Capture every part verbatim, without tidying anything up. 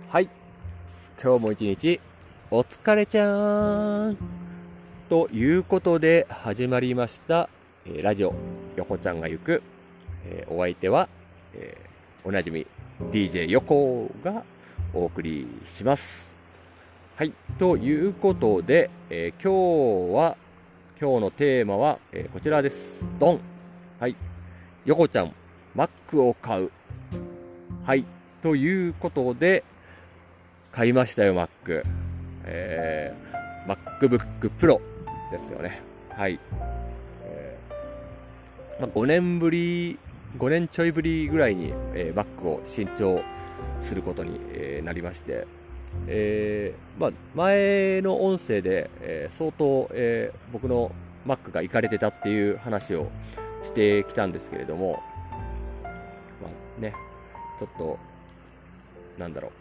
はい。今日も一日、お疲れちゃーん。ということで始まりました、えーラジオ、横ちゃんが行く。えーお相手は、えーおなじみ ディージェー 横がお送りします。はい。ということで、えー今日は、今日のテーマは、えーこちらです。ドン。はい。横ちゃん、Mac を買う。はい。ということで、買いましたよ、Mac。えー、MacBook Pro ですよね。はい。えーまあ、ごねんぶり、ごねんちょいぶりぐらいに、えー Mac を新調することに、えーなりまして、えーまあ、前の音声で、えー相当、えー僕の Mac がいかれてたっていう話をしてきたんですけれども、まあね、ちょっと、なんだろう。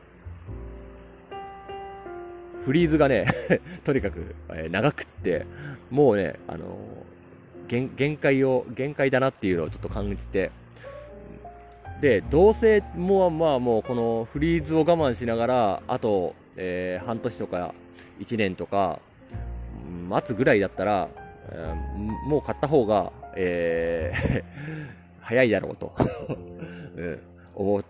フリーズがね、とにかく、えー長くって、もうね、あのー限、限界を、限界だなっていうのをちょっと感じて、で、どうせ、もう、まあもう、このフリーズを我慢しながら、あと、えー半年とか、いちねんとか、うん待つぐらいだったら、えーもう買った方が、えー早いだろうと、うん思って、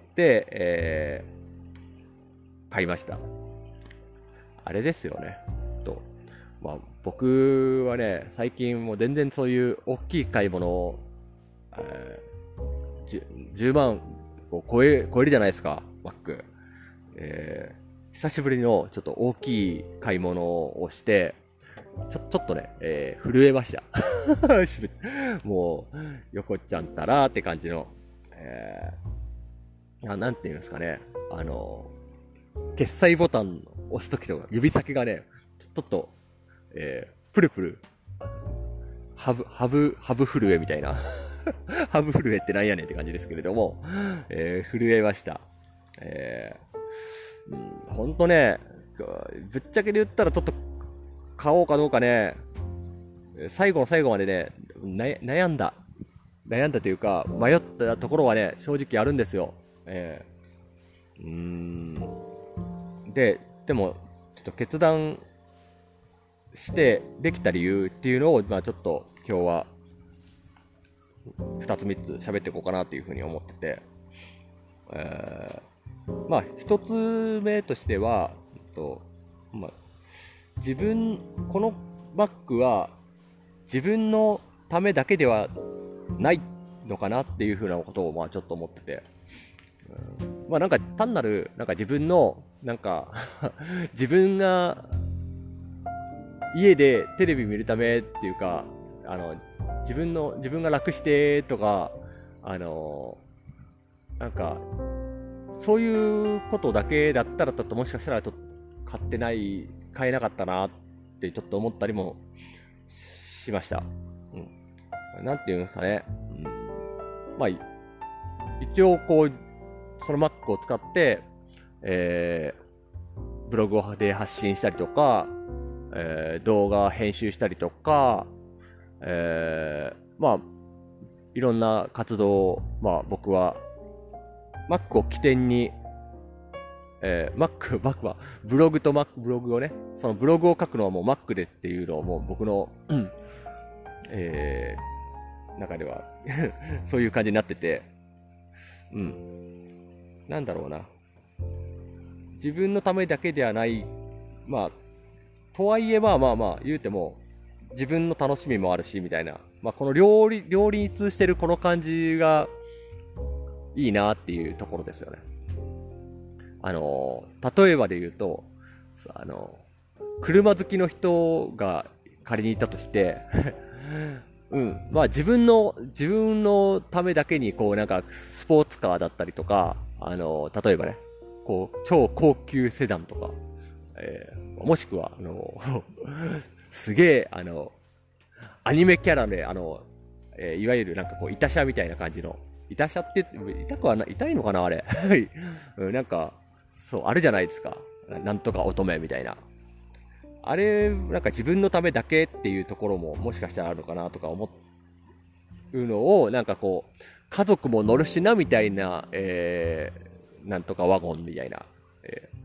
えー買いました。あれですよね。と。まあ、僕はね、最近もう全然そういう大きい買い物を、えー、じゅうまんを超え、超えるじゃないですか、Mac。えー、久しぶりのちょっと大きい買い物をして、ちょ、ちょっとね、えー、震えました。もう、横ちゃんたらーって感じの、えー、ななんていうんですかね、あの、決済ボタンを押すときとか指先がね、ちょっと、えー、プルプル、ハブ、ハブ、ハブ震えみたいな。ハブ震えってなんやねんって感じですけれども、えー、震えました。えー、うん、ほんとね、ぶっちゃけで言ったらちょっと買おうかどうかね、最後の最後までね、悩んだ。悩んだというか、迷ったところはね、正直あるんですよ。えー、うーん。で、でも、ちょっと決断してできた理由っていうのを、まあちょっと今日はふたつみっつ喋っていこうかなというふうに思ってて、えー、まあひとつめとしては、とまあ、自分、この Mac は自分のためだけではないのかなっていうふうなことをまあちょっと思ってて、まあなんか単なるなんか自分のなんか自分が家でテレビ見るためっていうか、あの自分の自分が楽してとか、あのなんかそういうことだけだったらちょっともしかしたらちょっと買ってない買えなかったなってちょっと思ったりもしました。うん、なんていうんですかね。うん、まあ一応こうその Mac を使って、えー、ブログで発信したりとか、えー、動画編集したりとか、えー、まあ、いろんな活動を、まあ僕は、Mac を起点に、えー、Mac、Mac は、ブログと Mac、ブログをね、そのブログを書くのはもう Mac でっていうのをもう僕の、うん、えー、中ではそういう感じになってて、うん。なんだろうな。自分のためだけではない、まあ、とはいえまあまあまあ言うても自分の楽しみもあるしみたいな、まあこの両立両立してるこの感じがいいなっていうところですよね。あの例えばで言うと、あの車好きの人が仮にいたとしてうんまあ自分の自分のためだけにこうなんかスポーツカーだったりとか、あの例えばねこう超高級セダンとか、えー、もしくは、あの、すげえ、あの、アニメキャラで、あの、えー、いわゆるなんかこう、痛車みたいな感じの、痛車って、痛くはない、痛いのかなあれ。なんか、そう、あるじゃないですか。なんとか乙女みたいな。あれ、なんか自分のためだけっていうところも、もしかしたらあるのかなとか思うのを、なんかこう、家族も乗るしな、みたいな、えー、なんとかワゴンみたいな。えー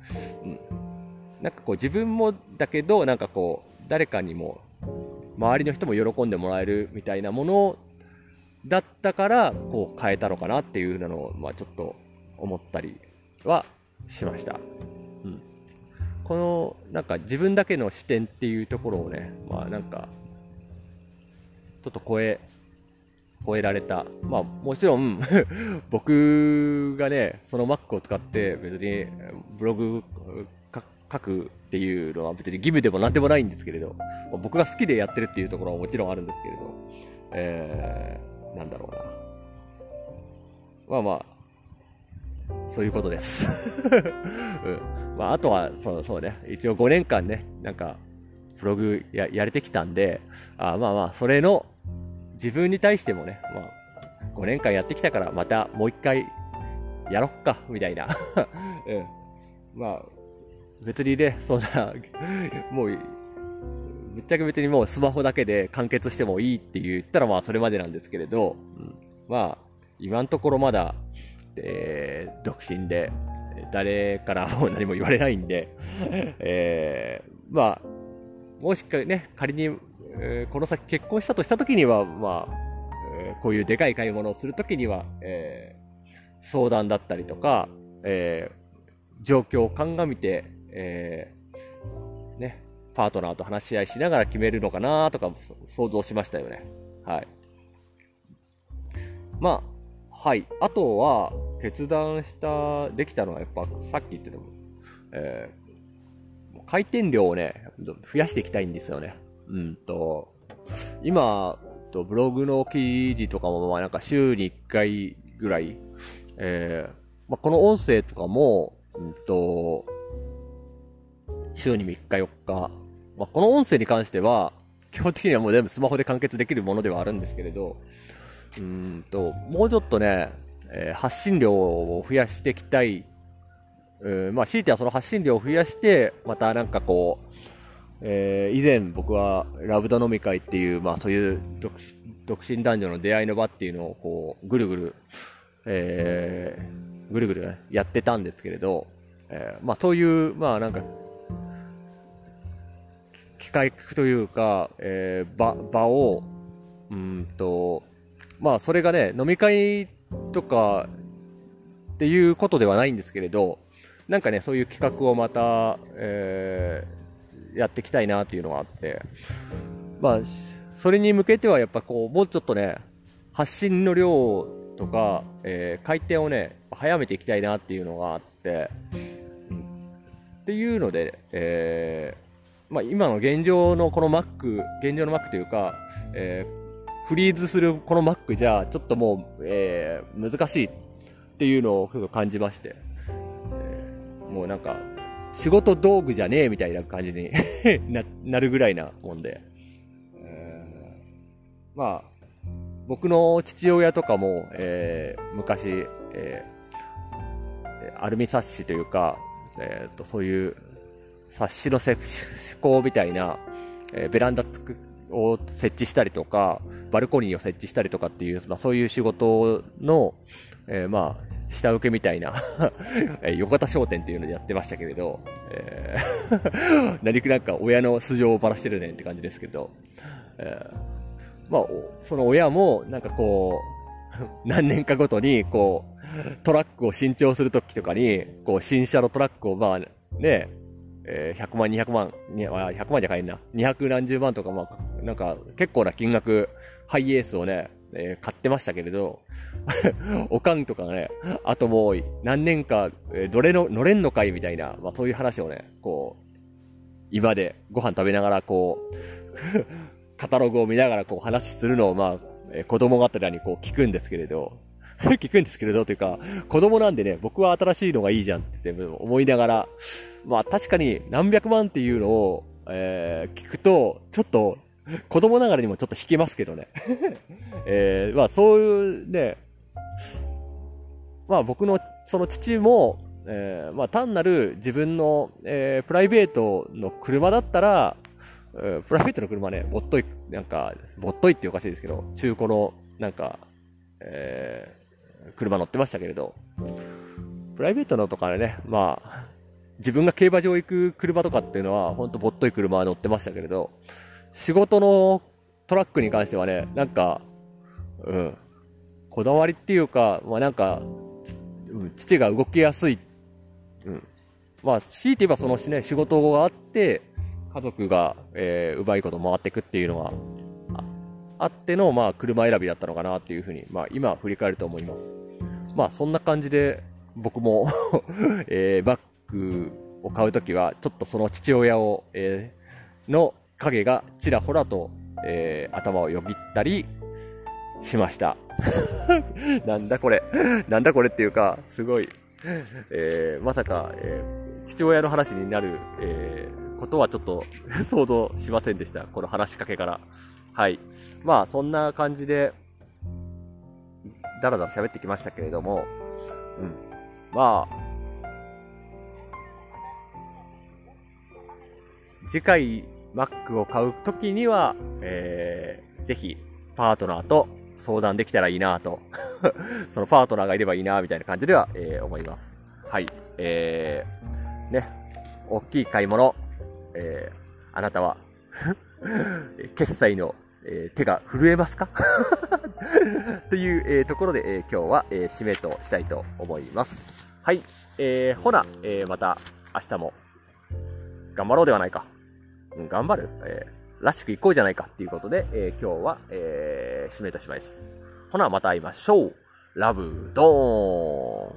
うん。なんかこう自分もだけど、なんかこう、誰かにも、周りの人も喜んでもらえるみたいなものだったから、こう変えたのかなっていうのを、まあちょっと思ったりはしました。うん。この、なんか自分だけの視点っていうところをね、まあなんか、ちょっと超え、超えられた。まあもちろん僕がね、その Mac を使って別にブログ書くっていうのは別に義務でもなんでもないんですけれど、まあ、僕が好きでやってるっていうところはもちろんあるんですけれど、えー、なんだろうな。まあまあ、そういうことです。うん。まああとは、そうそうね、一応ごねんかんね、なんか、ブログややれてきたんで、あまあまあ、それの、自分に対してもね、まあ、ごねんかんやってきたから、またもう一回、やろっか、みたいな。うん。まあ、別にね、そんな、もう、ぶっちゃけ別にもうスマホだけで完結してもいいって言ったらまあそれまでなんですけれど、うん、まあ、今のところまだ、えー、独身で、誰からも何も言われないんで、えー、まあ、もしかね、仮に、えー、この先結婚したとしたときには、まあ、えー、こういうでかい買い物をするときには、えー、相談だったりとか、えー、状況を鑑みて、えー、ね、パートナーと話し合いしながら決めるのかなとか想像しましたよね。はい。まあ、はい。あとは、決断した、できたのはやっぱ、さっき言ってたもん、えー、回転量をね、増やしていきたいんですよね。うんと、今、とブログの記事とかも、まあなんか週にいっかいぐらい、えー、まあこの音声とかも、うんと、週にみっかよっか、まあこの音声に関しては、基本的にはもう全部スマホで完結できるものではあるんですけれど、うーんと、もうちょっとね、えー、発信量を増やしていきたい。うん、まあ、強いてはその発信量を増やして、またなんかこう、えー、以前僕はラブド飲み会っていう、まあそういう独独身男女の出会いの場っていうのをこう、ぐるぐる、えー、ぐるぐる、ね、やってたんですけれど、えー、まあそういう、まあなんか、機会というか、えー、場、場を、うんと、まあそれがね、飲み会とかっていうことではないんですけれど、なんかね、そういう企画をまた、えー、やっていきたいなっていうのがあって、まあ、それに向けてはやっぱこう、もうちょっとね、発信の量とか、えー、回転をね、早めていきたいなっていうのがあって、うん、っていうので、えー、まあ今の現状のこの Mac、現状の Mac というか、えー、フリーズするこの Mac じゃ、ちょっともう、えー、難しいっていうのを感じまして、えー、もうなんか、仕事道具じゃねえみたいな感じにな、なるぐらいなもんで、えー、まあ、僕の父親とかも、えー、昔、えー、アルミ冊子というか、えー、とそういう冊子の施工みたいな、えー、ベランダを設置したりとか、バルコニーを設置したりとかっていう、まあ、そういう仕事の、えー、まあ、下請けみたいな横田商店っていうのでやってましたけれど、えー、何かなんか親の素性をばらしてるねんって感じですけど、えー、まあ、その親もなんかこう、何年かごとにこう、トラックを新調するときとかに、こう、新車のトラックをまあね、えー、ひゃくまん、にひゃくまん、ひゃくまんじゃ買えんな。にひゃくなんじゅうまんとか、まあ、なんか結構な金額、ハイエースをね、えー、買ってましたけれど、おかんとかがね、あともう何年か、えー、どれの、乗れんのかいみたいな、まあそういう話をね、こう、今でご飯食べながらこう、カタログを見ながらこう話するのをまあ、えー、子供がてらにこう聞くんですけれど、聞くんですけれどというか、子供なんでね、僕は新しいのがいいじゃんって思いながら、まあ確かに何百万っていうのを、えー、聞くと、ちょっと、子供ながらにもちょっと引きますけどね。えー、まあそういうね、まあ僕のその父も、えー、まあ単なる自分の、えー、プライベートの車だったら、えー、プライベートの車ね、ぼっとい、なんか、ぼっといっておかしいですけど、中古の、なんか、えー、車乗ってましたけれど、プライベートのとかね、まあ、 自分が競馬場行く車とかっていうのは、ほんとぼっとい車は乗ってましたけれど、仕事のトラックに関してはね、なんか、うん、こだわりっていうか、まあなんか、うん、父が動きやすい、うん。まあ、強いて言えばそのね、仕事があって、家族が、えー、うまいこと回っていくっていうのがあっての、まあ、車選びだったのかなっていうふうに、まあ、今振り返ると思います。まあ、そんな感じで、僕も、えー、バッグを買うときは、ちょっとその父親を、えー、の影がちらほらと、えー、頭をよぎったりしました。なんだこれ。なんだこれっていうか、すごい、えー、まさか、えー、父親の話になる、えー、ことはちょっと想像しませんでした。この話しかけから。はい。まあ、そんな感じで、だらだら喋ってきましたけれども、うん。まあ、次回 Mac を買うときには、えー、ぜひ、パートナーと相談できたらいいなと。そのパートナーがいればいいな、みたいな感じでは、えー、思います。はい。えー、ね。大きい買い物、えー、あなたは、決済の、えー、手が震えますかという、えー、ところで、えー、今日は、えー、締めとしたいと思います。はい。えー、ほな、えー、また明日も頑張ろうではないか。うん、頑張る、えー、らしくいこうじゃないかっていうことで、えー、今日は、えー、締めとします。ほな、また会いましょう。ラブドーン。